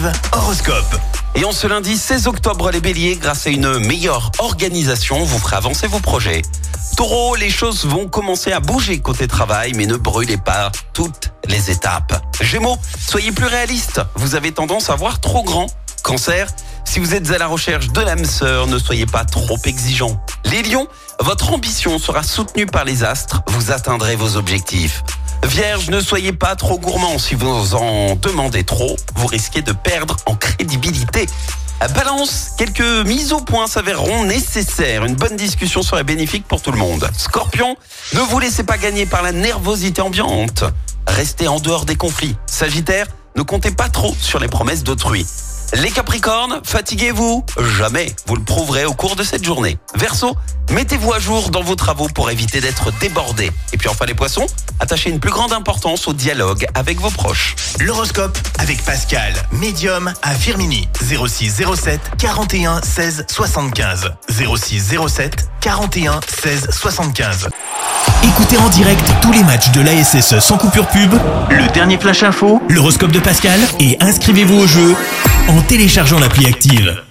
Active Horoscope. Et en ce lundi 16 octobre, les béliers, grâce à une meilleure organisation, vous ferez avancer vos projets. Taureau, les choses vont commencer à bouger côté travail, mais ne brûlez pas toutes les étapes. Gémeaux, soyez plus réalistes, vous avez tendance à voir trop grand. Cancer, si vous êtes à la recherche de l'âme sœur, ne soyez pas trop exigeants. Les lions, votre ambition sera soutenue par les astres, vous atteindrez vos objectifs. Vierge, ne soyez pas trop gourmand, si vous en demandez trop, vous risquez de perdre en crédibilité. Balance, quelques mises au point s'avéreront nécessaires. Une bonne discussion serait bénéfique pour tout le monde. Scorpion, ne vous laissez pas gagner par la nervosité ambiante. Restez en dehors des conflits. Sagittaire, ne comptez pas trop sur les promesses d'autrui. Les Capricornes, fatiguez-vous jamais, vous le prouverez au cours de cette journée. Verseau, mettez-vous à jour dans vos travaux pour éviter d'être débordé. Et puis enfin les Poissons, attachez une plus grande importance au dialogue avec vos proches. L'horoscope avec Pascal, médium à Firmini. 06 07 41 16 75. 06 07 41 16 75. Écoutez en direct tous les matchs de l'ASSE sans coupure pub, le dernier flash info, l'horoscope de Pascal et inscrivez-vous au jeu en téléchargeant l'appli Active.